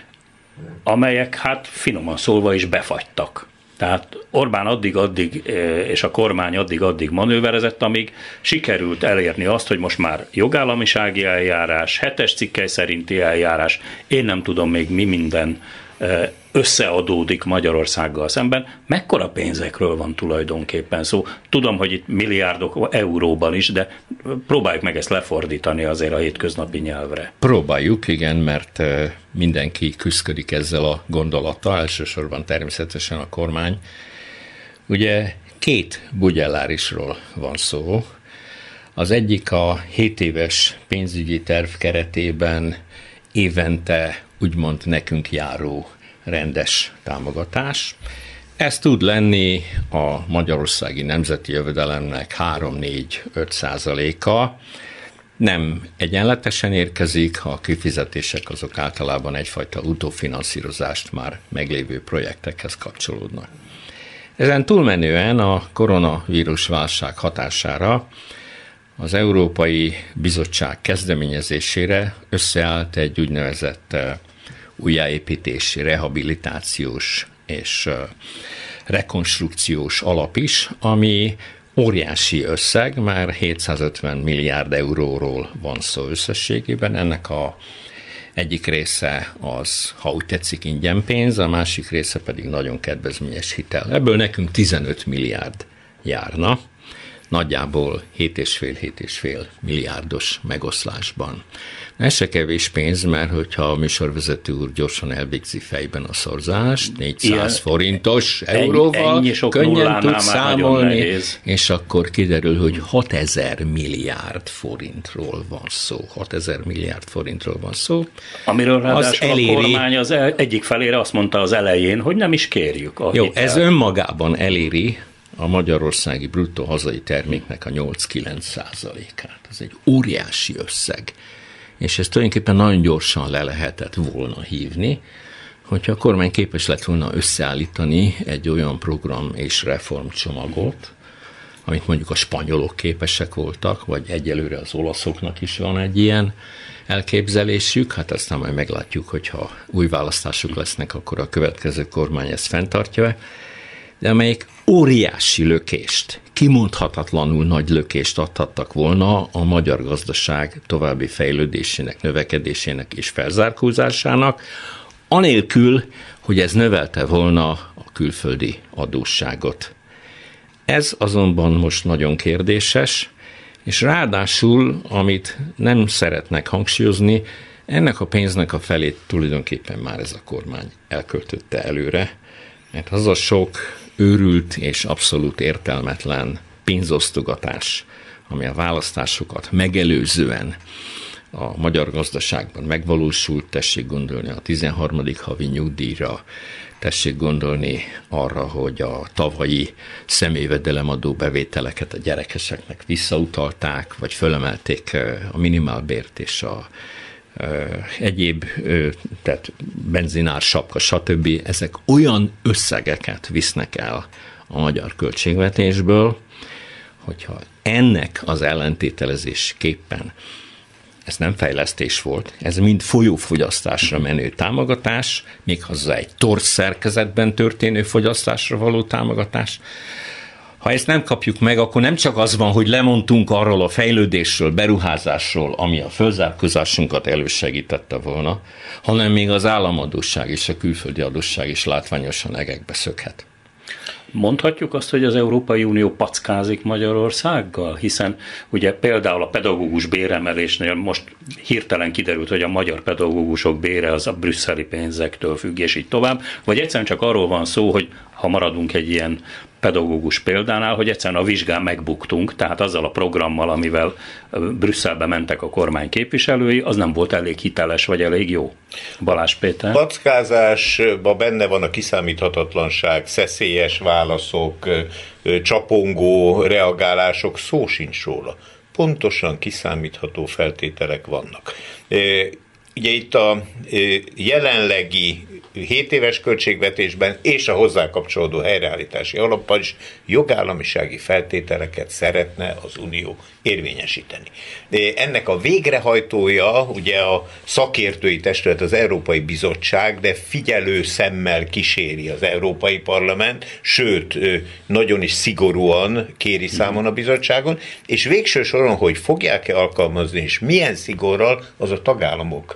Speaker 2: amelyek hát finoman szólva is befagytak. Tehát Orbán addig-addig, és a kormány addig-addig manőverezett, amíg sikerült elérni azt, hogy most már jogállamisági eljárás, hetes cikkely szerinti eljárás, én nem tudom még mi minden összeadódik Magyarországgal szemben. Mekkora pénzekről van tulajdonképpen szó? Tudom, hogy itt milliárdok euróban is, de próbáljuk meg ezt lefordítani azért a hétköznapi nyelvre.
Speaker 4: Próbáljuk, igen, mert mindenki küszködik ezzel a gondolattal, elsősorban természetesen a kormány. Ugye két Bugyellárisról van szó. Az egyik a hét éves pénzügyi terv keretében évente úgymond nekünk járó rendes támogatás. Ez tud lenni a magyarországi nemzeti jövedelemnek három-négy-öt százaléka. Nem egyenletesen érkezik, a kifizetések azok általában egyfajta utófinanszírozást már meglévő projektekhez kapcsolódnak. Ezen túlmenően a koronavírus válság hatására az Európai Bizottság kezdeményezésére összeállt egy úgynevezett újjáépítési, rehabilitációs és rekonstrukciós alap is, ami óriási összeg, már hétszázötven milliárd euróról van szó összességében. Ennek a egyik része az, ha úgy tetszik, ingyen pénz, a másik része pedig nagyon kedvezményes hitel. Ebből nekünk tizenöt milliárd járna, nagyjából hét egész öt hét egész öt milliárdos megoszlásban. Ez se kevés pénz, mert hogyha a műsorvezető úr gyorsan elvégzi fejben a szorzást, négyszáz ilyen, forintos euróval ennyi, ennyi könnyen tud számolni, és akkor kiderül, hogy hatezer milliárd forintról van szó. hatezer milliárd forintról van szó.
Speaker 2: Amiről ráadásul eléri, a kormány az egyik felére azt mondta az elején, hogy nem is kérjük a
Speaker 4: Jó,
Speaker 2: hitel.
Speaker 4: Ez önmagában eléri a magyarországi bruttó hazai terméknek a nyolc-kilenc százalékát. Ez egy óriási összeg. És ezt tulajdonképpen nagyon gyorsan le lehetett volna hívni, hogyha a kormány képes lett volna összeállítani egy olyan program és reformcsomagot, amit mondjuk a spanyolok képesek voltak, vagy egyelőre az olaszoknak is van egy ilyen elképzelésük, hát aztán majd meglátjuk, hogyha új választások lesznek, akkor a következő kormány ezt fenntartja, de amelyik óriási lökést, kimondhatatlanul nagy lökést adhattak volna a magyar gazdaság további fejlődésének, növekedésének és felzárkózásának, anélkül, hogy ez növelte volna a külföldi adósságot. Ez azonban most nagyon kérdéses, és ráadásul, amit nem szeretnek hangsúlyozni, ennek a pénznek a felét tulajdonképpen már ez a kormány elköltötte előre, mert az a sok őrült és abszolút értelmetlen pénzosztogatás, ami a választásokat megelőzően a magyar gazdaságban megvalósult, tessék gondolni a tizenharmadik havi nyugdíjra, tessék gondolni arra, hogy a tavalyi személyvedelemadó bevételeket a gyerekeseknek visszautalták, vagy fölemelték a minimálbért és a egyéb, tehát benzinár, sapka, stb. Ezek olyan összegeket visznek el a magyar költségvetésből, hogyha ennek az ellentételezésképpen ez nem fejlesztés volt, ez mind folyófogyasztásra menő támogatás, méghozzá egy torz szerkezetben történő fogyasztásra való támogatás. Ha ezt nem kapjuk meg, akkor nem csak az van, hogy lemondtunk arról a fejlődésről, beruházásról, ami a fölzárkózásunkat elősegítette volna, hanem még az államadósság és a külföldi adósság is látványosan egekbe szökhet.
Speaker 2: Mondhatjuk azt, hogy az Európai Unió packázik Magyarországgal? Hiszen ugye például a pedagógus béremelésnél most hirtelen kiderült, hogy a magyar pedagógusok bére az a brüsszeli pénzektől függ, és így tovább, vagy egyszerűen csak arról van szó, hogy ha maradunk egy ilyen pedagógus példánál, hogy egyszerűen a vizsgán megbuktunk, tehát azzal a programmal, amivel Brüsszelbe mentek a kormány képviselői, az nem volt elég hiteles, vagy elég jó. Balázs Péter?
Speaker 3: Packázásban benne van a kiszámíthatatlanság, szeszélyes válaszok, csapongó reagálások, szó sincs róla. Pontosan kiszámítható feltételek vannak. Ugye itt a jelenlegi hét éves költségvetésben és a hozzá kapcsolódó helyreállítási alappal is jogállamisági feltételeket szeretne az Unió érvényesíteni. De ennek a végrehajtója ugye a szakértői testület, az Európai Bizottság, de figyelő szemmel kíséri az Európai Parlament, sőt, nagyon is szigorúan kéri számon a bizottságon, és végső soron, hogy fogják-e alkalmazni, és milyen szigorral, az a tagállamok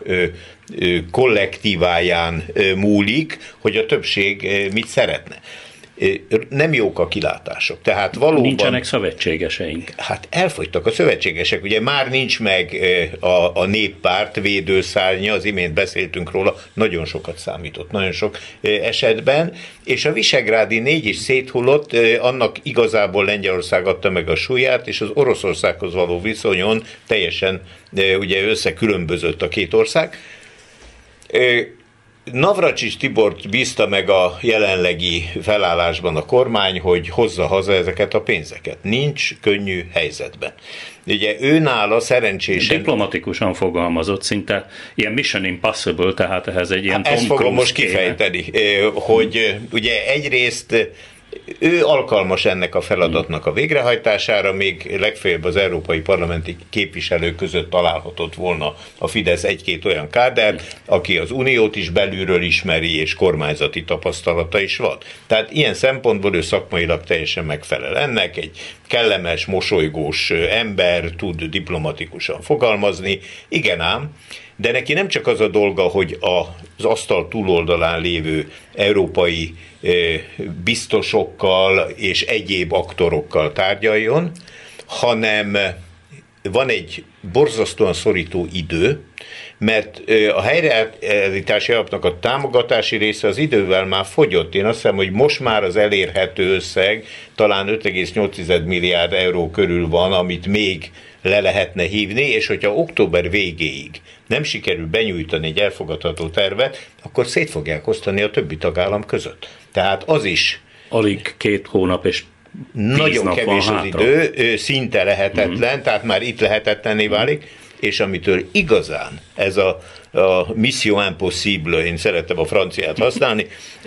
Speaker 3: kollektíváján múlik, hogy a többség mit szeretne. Nem jók a kilátások. Tehát valóban...
Speaker 2: Nincsenek szövetségeseink.
Speaker 3: Hát elfogytak a szövetségesek. Ugye már nincs meg a, a néppárt védőszárnya, az imént beszéltünk róla, nagyon sokat számított, nagyon sok esetben, és a visegrádi négy is széthullott, annak igazából Lengyelország adta meg a súlyát, és az Oroszországhoz való viszonyon teljesen ugye összekülönbözött a két ország. Navracsics Tibort bízta meg a jelenlegi felállásban a kormány, hogy hozza haza ezeket a pénzeket. Nincs könnyű helyzetben. Ugye ő nála szerencsésen...
Speaker 2: Diplomatikusan fogalmazott, szinte ilyen mission impossible, tehát ehhez egy ilyen Tom
Speaker 3: Ezt fogom most kifejteni, hogy ugye egyrészt ő alkalmas ennek a feladatnak a végrehajtására, még legfeljebb az európai parlamenti képviselők között találhatott volna a Fidesz egy-két olyan káder, aki az uniót is belülről ismeri, és kormányzati tapasztalata is van. Tehát ilyen szempontból ő szakmailag teljesen megfelel ennek, egy kellemes, mosolygós ember, tud diplomatikusan fogalmazni, igen ám, de neki nem csak az a dolga, hogy az asztal túloldalán lévő európai biztosokkal és egyéb aktorokkal tárgyaljon, hanem van egy borzasztóan szorító idő, mert a helyreállítási alapnak a támogatási része az idővel már fogyott. Én azt hiszem, hogy most már az elérhető összeg talán öt egész nyolc milliárd euró körül van, amit még le lehetne hívni, és hogyha október végéig nem sikerül benyújtani egy elfogadható tervet, akkor szét fogják osztani a többi tagállam között. Tehát az is...
Speaker 2: Alig két hónap és
Speaker 3: nagyon kevés az idő, szinte lehetetlen, mm. tehát már itt lehetetlenné válik, és amitől igazán ez a, a mission impossible, én szeretem a franciát használni,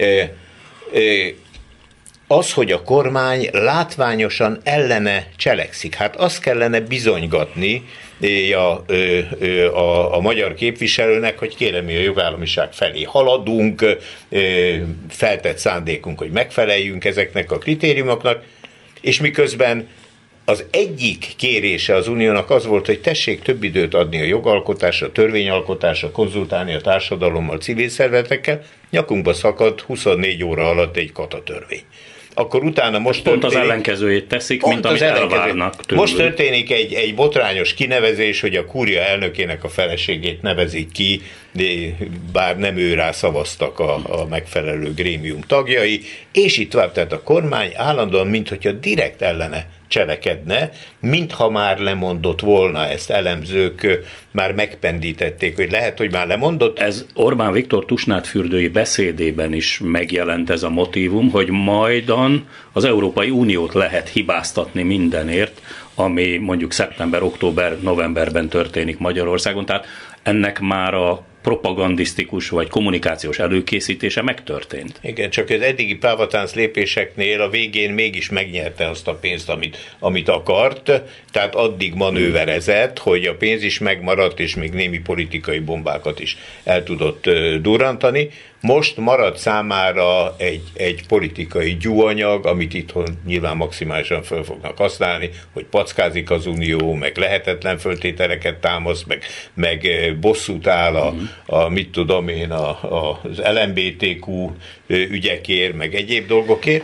Speaker 3: az, hogy a kormány látványosan ellene cselekszik. Hát azt kellene bizonygatni a, a, a magyar képviselőnek, hogy kérem, mi a jogállamiság felé haladunk, feltett szándékunk, hogy megfeleljünk ezeknek a kritériumoknak, és miközben az egyik kérése az uniónak az volt, hogy tessék több időt adni a jogalkotásra, törvényalkotásra, konzultálni a társadalommal, civil szervezetekkel, nyakunkba szakadt huszonnégy óra alatt egy katatörvény. Akkor utána most
Speaker 2: pont
Speaker 3: történik,
Speaker 2: az ellenkezőjét teszik, mint amit elvárnak tőlük.
Speaker 3: Most történik egy, egy botrányos kinevezés, hogy a kúria elnökének a feleségét nevezik ki, bár nem ő rá szavaztak a, a megfelelő grémium tagjai, és itt tovább, tehát a kormány állandóan, minthogyha direkt ellene cselekedne, mintha már lemondott volna, ezt elemzők már megpendítették, hogy lehet, hogy már lemondott.
Speaker 2: Ez Orbán Viktor tusnádfürdői beszédében is megjelent ez a motívum, hogy majdan az Európai Uniót lehet hibáztatni mindenért, ami mondjuk szeptember, október, novemberben történik Magyarországon, tehát ennek már a propagandisztikus vagy kommunikációs előkészítése megtörtént.
Speaker 3: Igen, csak az eddigi pávatánc lépéseknél a végén mégis megnyerte azt a pénzt, amit, amit akart, tehát addig manőverezett, hogy a pénz is megmaradt, és még némi politikai bombákat is el tudott durrantani. Most marad számára egy, egy politikai gyúanyag, amit itthon nyilván maximálisan föl fognak használni, hogy packázik az unió, meg lehetetlen föltételeket támaszt, meg, meg bosszút áll a, a mit tudom én, a, a, az el em bé té kú ügyekért, meg egyéb dolgokért,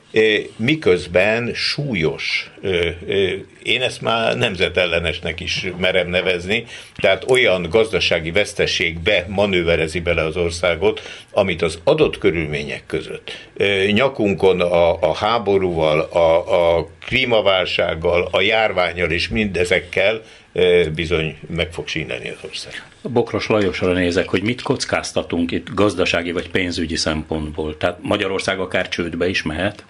Speaker 3: miközben súlyos, én ezt már nemzetellenesnek is merem nevezni, tehát olyan gazdasági veszteségbe manőverezi bele az országot, amit az adott körülmények között nyakunkon a, a háborúval, a, a klímaválsággal, a járvánnyal és mindezekkel bizony meg fog sínelni az ország.
Speaker 2: Bokros Lajosra nézek, hogy mit kockáztatunk itt gazdasági vagy pénzügyi szempontból. Tehát Magyarország akár csődbe is mehet?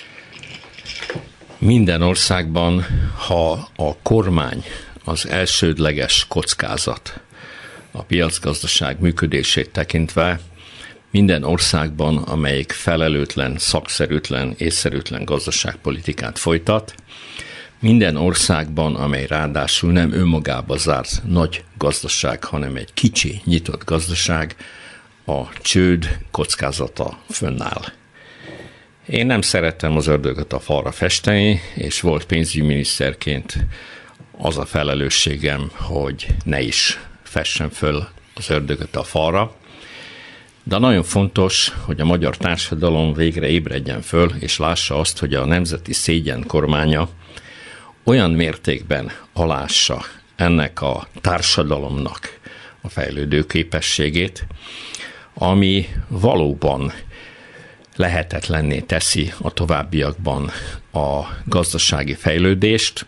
Speaker 4: Minden országban, ha a kormány az elsődleges kockázat a piacgazdaság működését tekintve, minden országban, amelyik felelőtlen, szakszerűtlen, észszerűtlen gazdaságpolitikát folytat, minden országban, amely ráadásul nem önmagába zárt nagy gazdaság, hanem egy kicsi, nyitott gazdaság, a csőd kockázata fönnáll. Én nem szerettem az ördögöt a falra festeni, és volt pénzügyminiszterként az a felelősségem, hogy ne is fessen föl az ördögöt a falra, de nagyon fontos, hogy a magyar társadalom végre ébredjen föl, és lássa azt, hogy a nemzeti szégyen kormánya olyan mértékben alássa ennek a társadalomnak a fejlődő képességét, ami valóban lehetetlenné teszi a továbbiakban a gazdasági fejlődést.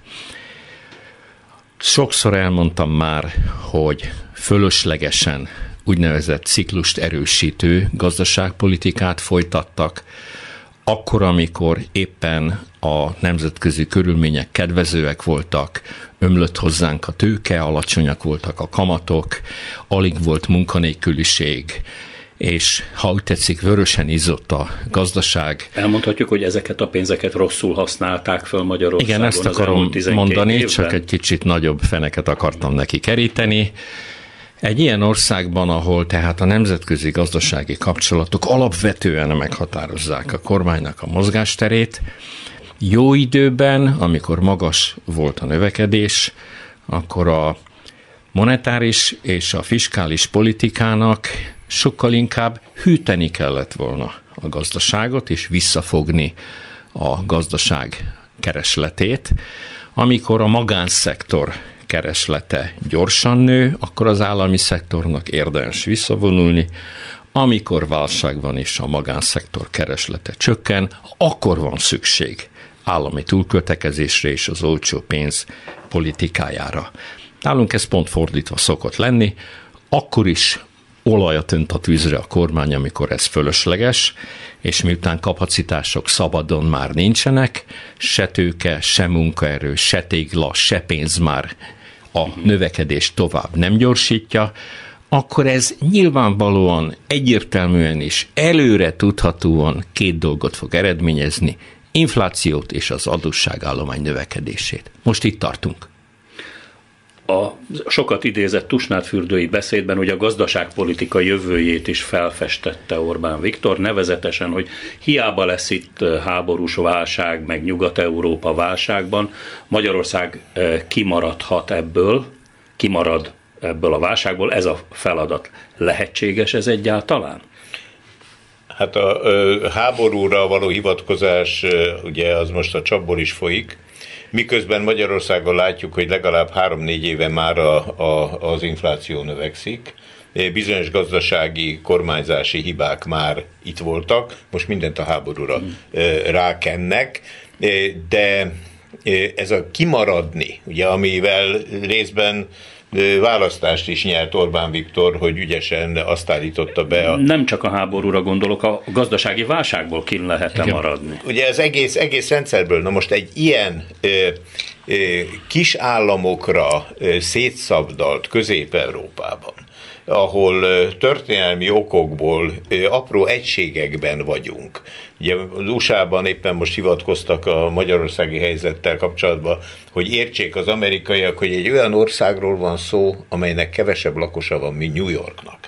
Speaker 4: Sokszor elmondtam már, hogy fölöslegesen úgynevezett ciklust erősítő gazdaságpolitikát folytattak, akkor, amikor éppen a nemzetközi körülmények kedvezőek voltak, ömlött hozzánk a tőke, alacsonyak voltak a kamatok, alig volt munkanélküliség, és ha úgy tetszik, vörösen izzott a gazdaság.
Speaker 2: Elmondhatjuk, hogy ezeket a pénzeket rosszul használták föl Magyarországon.
Speaker 4: Igen, ezt akarom mondani, évben. Csak egy kicsit nagyobb feneket akartam neki keríteni. Egy ilyen országban, ahol tehát a nemzetközi gazdasági kapcsolatok alapvetően meghatározzák a kormánynak a mozgásterét, jó időben, amikor magas volt a növekedés, akkor a monetáris és a fiskális politikának sokkal inkább hűteni kellett volna a gazdaságot, és visszafogni a gazdaság keresletét. Amikor a magánszektor kereslete gyorsan nő, akkor az állami szektornak érdemes visszavonulni. Amikor válság van és a magánszektor kereslete csökken, akkor van szükség állami túlköltekezésre és az olcsó pénz politikájára. Nálunk ez pont fordítva szokott lenni, akkor is olajat önt a tűzre a kormány, amikor ez fölösleges, és miután kapacitások szabadon már nincsenek, se tőke, se munkaerő, se tégla, se pénz már a növekedést tovább nem gyorsítja, akkor ez nyilvánvalóan, egyértelműen és előre tudhatóan két dolgot fog eredményezni, inflációt és az adósságállomány növekedését. Most itt tartunk.
Speaker 2: A sokat idézett Tusnádfürdői beszédben ugye a gazdaságpolitika jövőjét is felfestette Orbán Viktor, nevezetesen, hogy hiába lesz itt háborús válság, meg Nyugat-Európa válságban, Magyarország kimaradhat ebből, kimarad ebből a válságból, ez a feladat. Lehetséges ez egyáltalán?
Speaker 3: Hát a, a háborúra való hivatkozás, ugye az most a csapból is folyik, miközben Magyarországon látjuk, hogy legalább három-négy éve már a, a, az infláció növekszik. Bizonyos gazdasági, kormányzási hibák már itt voltak, most mindent a háborúra mm. rákennek, de ez a kimaradni, ugye, amivel részben választást is nyert Orbán Viktor, hogy ügyesen azt állította be a...
Speaker 2: Nem csak a háborúra gondolok, a gazdasági válságból kin lehet-e maradni.
Speaker 3: Ugye az egész, egész rendszerből, na most egy ilyen ö, ö, kis államokra ö, szétszabdalt Közép-Európában, ahol ö, történelmi okokból ö, apró egységekben vagyunk. Ugye az u es á-ban éppen most hivatkoztak a magyarországi helyzettel kapcsolatban, hogy értsék az amerikaiak, hogy egy olyan országról van szó, amelynek kevesebb lakosa van, mint New Yorknak.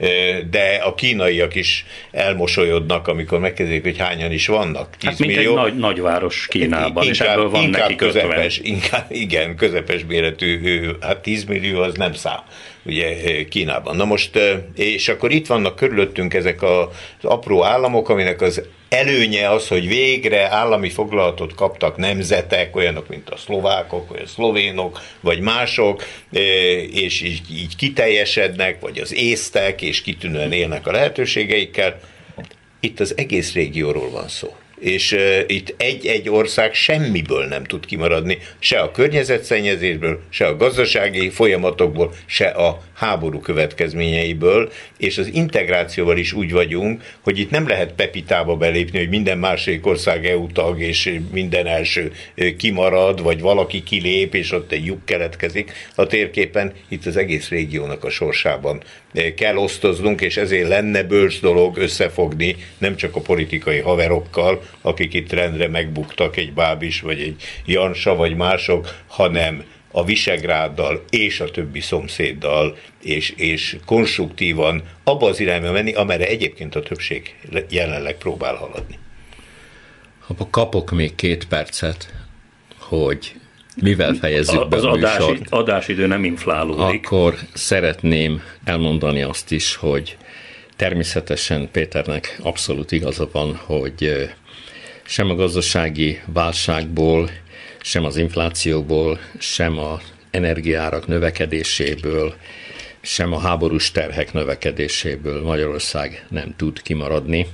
Speaker 3: De a kínaiak is elmosolyodnak, amikor megkezdik, hogy hányan is vannak.
Speaker 2: Hát mint millió. Egy nagy, nagyváros Kínában, inkább, és ebből van neki
Speaker 3: közepes, inkább, igen, közepes méretű, hát tíz millió az nem szám, ugye Kínában. Na most, és akkor itt vannak körülöttünk ezek az apró államok, aminek az előnye az, hogy végre állami foglalatot kaptak nemzetek, olyanok, mint a szlovákok, vagy a szlovénok, vagy mások, és így, így kiteljesednek, vagy az észtek, és kitűnően élnek a lehetőségeikkel. Itt az egész régióról van szó. És uh, itt egy-egy ország semmiből nem tud kimaradni, se a környezetszennyezésből, se a gazdasági folyamatokból, se a háború következményeiből, és az integrációval is úgy vagyunk, hogy itt nem lehet Pepitába belépni, hogy minden második ország é u tag, és minden első kimarad, vagy valaki kilép, és ott egy lyuk keletkezik a térképen. Itt az egész régiónak a sorsában kell osztoznunk, és ezért lenne bölcs dolog összefogni nem csak a politikai haverokkal, akik itt rendre megbuktak, egy Bábis, vagy egy Jansa, vagy mások, hanem a Visegráddal és a többi szomszéddal, és, és konstruktívan abba az irányba menni, amerre egyébként a többség jelenleg próbál haladni.
Speaker 4: Ha kapok még két percet, hogy mivel fejezzük be
Speaker 2: az
Speaker 4: a
Speaker 2: adási,
Speaker 4: műsort?
Speaker 2: adásidő nem inflálódik.
Speaker 4: Akkor szeretném elmondani azt is, hogy természetesen Péternek abszolút igaza van, hogy sem a gazdasági válságból, sem az inflációból, sem az energiaárak növekedéséből, sem a háborús terhek növekedéséből Magyarország nem tud kimaradni.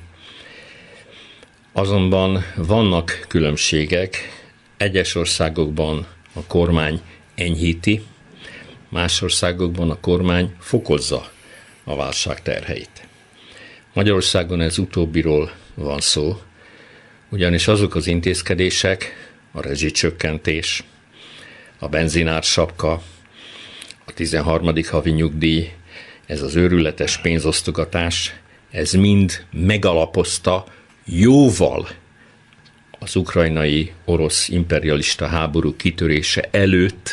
Speaker 4: Azonban vannak különbségek. Egyes országokban a kormány enyhíti, más országokban a kormány fokozza a válság terheit. Magyarországon ez utóbbiról van szó, ugyanis azok az intézkedések, a rezsicsökkentés, a benzinár sapka, a tizenharmadik havi nyugdíj, ez az őrületes pénzosztogatás, ez mind megalapozta jóval az ukrajnai orosz imperialista háború kitörése előtt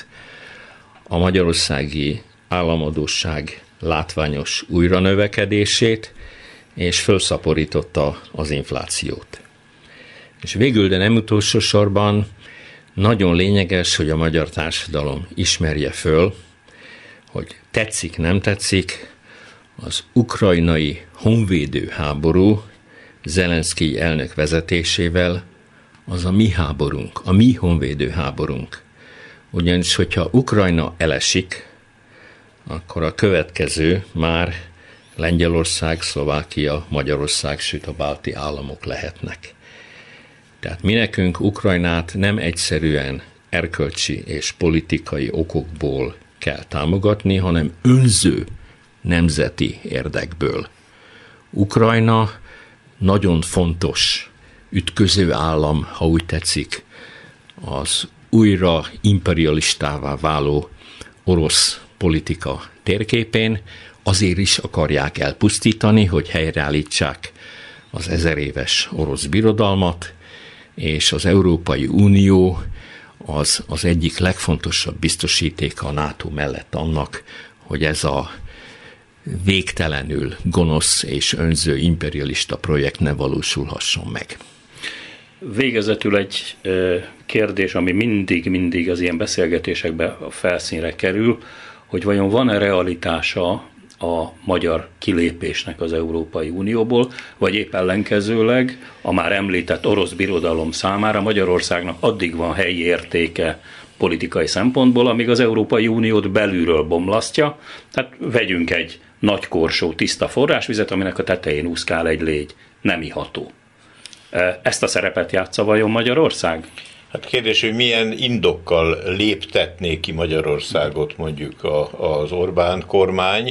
Speaker 4: a magyarországi államadósság látványos újranövekedését, és fölszaporította az inflációt. És végül, de nem utolsó sorban, nagyon lényeges, hogy a magyar társadalom ismerje föl, hogy tetszik, nem tetszik, az ukrajnai honvédő háború Zelenszkij elnök vezetésével az a mi háborunk, a mi honvédő háborunk. Ugyanis, hogyha Ukrajna elesik, akkor a következő már Lengyelország, Szlovákia, Magyarország, sőt a balti államok lehetnek. Tehát mi nekünk Ukrajnát nem egyszerűen erkölcsi és politikai okokból kell támogatni, hanem önző nemzeti érdekből. Ukrajna nagyon fontos ütköző állam, ha úgy tetszik, az újra imperialistává váló orosz politika térképén, azért is akarják elpusztítani, hogy helyreállítsák az ezeréves orosz birodalmat, és az Európai Unió az, az egyik legfontosabb biztosítéka a NATO mellett annak, hogy ez a végtelenül gonosz és önző imperialista projekt ne valósulhasson meg.
Speaker 2: Végezetül egy kérdés, ami mindig-mindig az ilyen beszélgetésekben a felszínre kerül, hogy vajon van-e realitása a magyar kilépésnek az Európai Unióból, vagy épp ellenkezőleg a már említett orosz birodalom számára Magyarországnak addig van helyi értéke politikai szempontból, amíg az Európai Uniót belülről bomlasztja. Tehát vegyünk egy nagy korsó tiszta forrásvizet, aminek a tetején úszkál egy légy, nem iható. Ezt a szerepet játsza vajon Magyarország?
Speaker 3: Hát kérdés, hogy milyen indokkal léptetné ki Magyarországot mondjuk a, az Orbán kormány.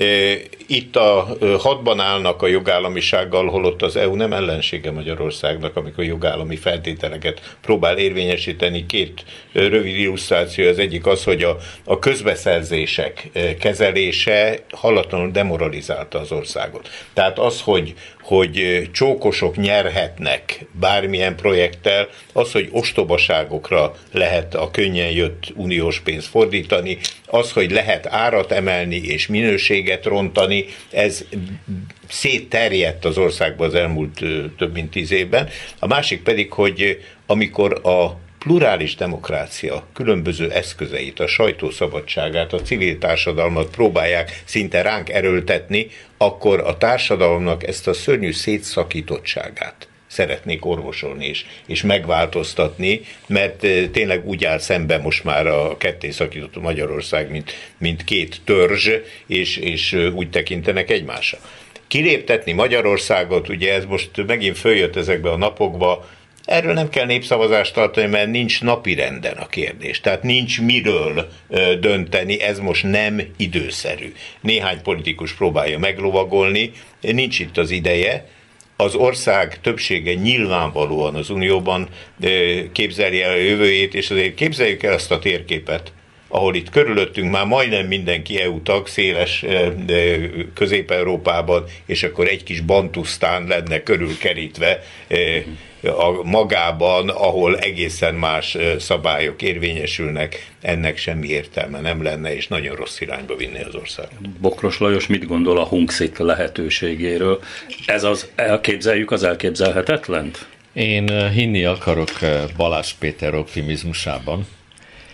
Speaker 3: Itt a hadban állnak a jogállamisággal, holott az é u nem ellensége Magyarországnak, amikor jogállami feltételeket próbál érvényesíteni. Két rövid illusztráció, az egyik az, hogy a, a közbeszerzések kezelése hallatlanul demoralizálta az országot. Tehát az, hogy, hogy csókosok nyerhetnek bármilyen projekttel, az, hogy ostobaságokra lehet a könnyen jött uniós pénzt fordítani, az, hogy lehet árat emelni és minőséget rontani, ez szétterjedt az országban az elmúlt több mint tíz évben. A másik pedig, hogy amikor a plurális demokrácia különböző eszközeit, a sajtószabadságát, a civil társadalmat próbálják szinte ránk erőltetni, akkor a társadalomnak ezt a szörnyű szétszakítottságát szeretnék orvosolni és, és megváltoztatni, mert tényleg úgy áll szembe most már a ketté szakított Magyarország, mint, mint két törzs, és, és úgy tekintenek egymásra. Kiléptetni Magyarországot, ugye ez most megint följött ezekbe a napokba, erről nem kell népszavazást tartani, mert nincs napirenden a kérdés. Tehát nincs miről dönteni, ez most nem időszerű. Néhány politikus próbálja meglovagolni, nincs itt az ideje. Az ország többsége nyilvánvalóan az Unióban képzeli el a jövőjét, és azért képzeljük el azt a térképet, ahol itt körülöttünk már majdnem mindenki é u tag, széles Közép-Európában, és akkor egy kis Bantusztán lenne körülkerítve a magában, ahol egészen más szabályok érvényesülnek, ennek semmi értelme nem lenne, és nagyon rossz irányba vinni az országot.
Speaker 2: Bokros Lajos mit gondol a Hunxit lehetőségéről? Ez az, elképzeljük az elképzelhetetlent?
Speaker 4: Én hinni akarok Balázs Péter optimizmusában,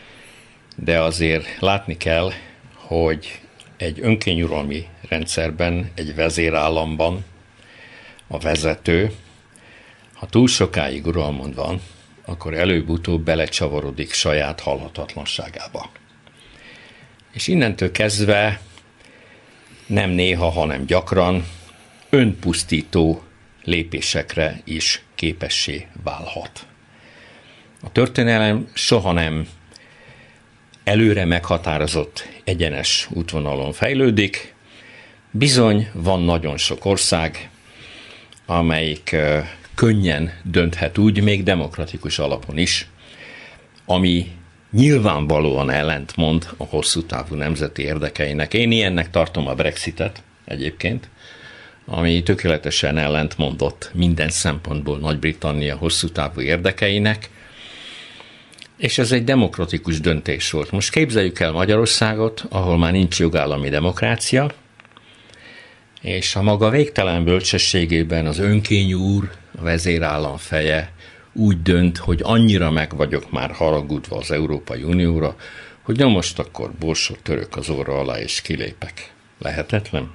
Speaker 4: de azért látni kell, hogy egy önkényuralmi rendszerben, egy vezérállamban a vezető, ha túl sokáig uralmon van, akkor előbb-utóbb belecsavarodik saját halhatatlanságába. És innentől kezdve nem néha, hanem gyakran önpusztító lépésekre is képessé válhat. A történelem soha nem előre meghatározott egyenes útvonalon fejlődik. Bizony van nagyon sok ország, amelyik könnyen dönthet úgy, még demokratikus alapon is, ami nyilvánvalóan ellentmond a hosszú távú nemzeti érdekeinek. Én ilyennek tartom a Brexitet egyébként, ami tökéletesen ellentmondott minden szempontból Nagy-Britannia hosszú távú érdekeinek, és ez egy demokratikus döntés volt. Most képzeljük el Magyarországot, ahol már nincs jogállami demokrácia, és a maga végtelen bölcsességében az önkényű úr, a vezérállam feje úgy dönt, hogy annyira meg vagyok már haragudva az Európai Unióra, hogy na most akkor borsot török az orra alá és kilépek. Lehetetlen?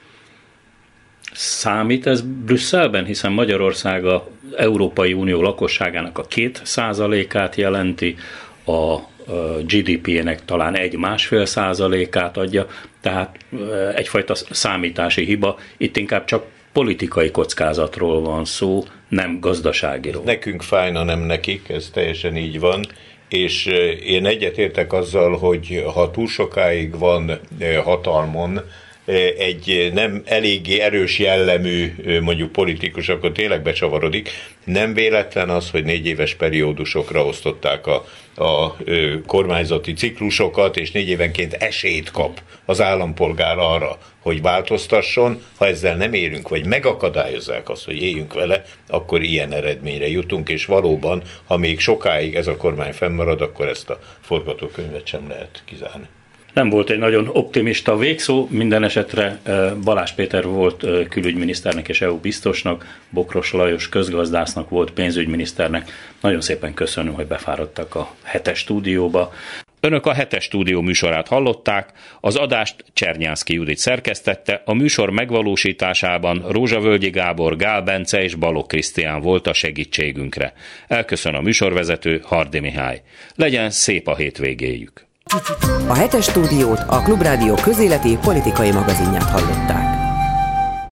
Speaker 2: Számít ez Brüsszelben, hiszen Magyarország az Európai Unió lakosságának a két százalékát jelenti, a gé dé pé-nek talán egy-másfél százalékát adja, tehát egyfajta számítási hiba, itt inkább csak politikai kockázatról van szó, nem gazdaságiról.
Speaker 3: Nekünk fájna, nem nekik, ez teljesen így van, és én egyetértek azzal, hogy ha túl sokáig van hatalmon egy nem eléggé erős jellemű mondjuk politikus, akkor tényleg becsavarodik. Nem véletlen az, hogy négy éves periódusokra osztották a, a kormányzati ciklusokat, és négy évenként esélyt kap az állampolgár arra, hogy változtasson. Ha ezzel nem érünk, vagy megakadályozzák azt, hogy éljünk vele, akkor ilyen eredményre jutunk, és valóban, ha még sokáig ez a kormány fennmarad, akkor ezt a forgatókönyvet sem lehet kizárni.
Speaker 2: Nem volt egy nagyon optimista végszó, minden esetre Balázs Péter volt külügyminiszternek és é u biztosnak, Bokros Lajos közgazdásznak volt pénzügyminiszternek. Nagyon szépen köszönöm, hogy befáradtak a hetes stúdióba. Önök a hetes stúdió műsorát hallották, az adást Csernyánszky Judit szerkesztette, a műsor megvalósításában Rózsavölgyi Gábor, Gál Bence és Balogh Krisztián volt a segítségünkre. Elköszön a műsorvezető, Hardy Mihály. Legyen szép a hétvégéjük!
Speaker 1: A hetes stúdiót, a Klubrádió közéleti politikai magazinját hallották.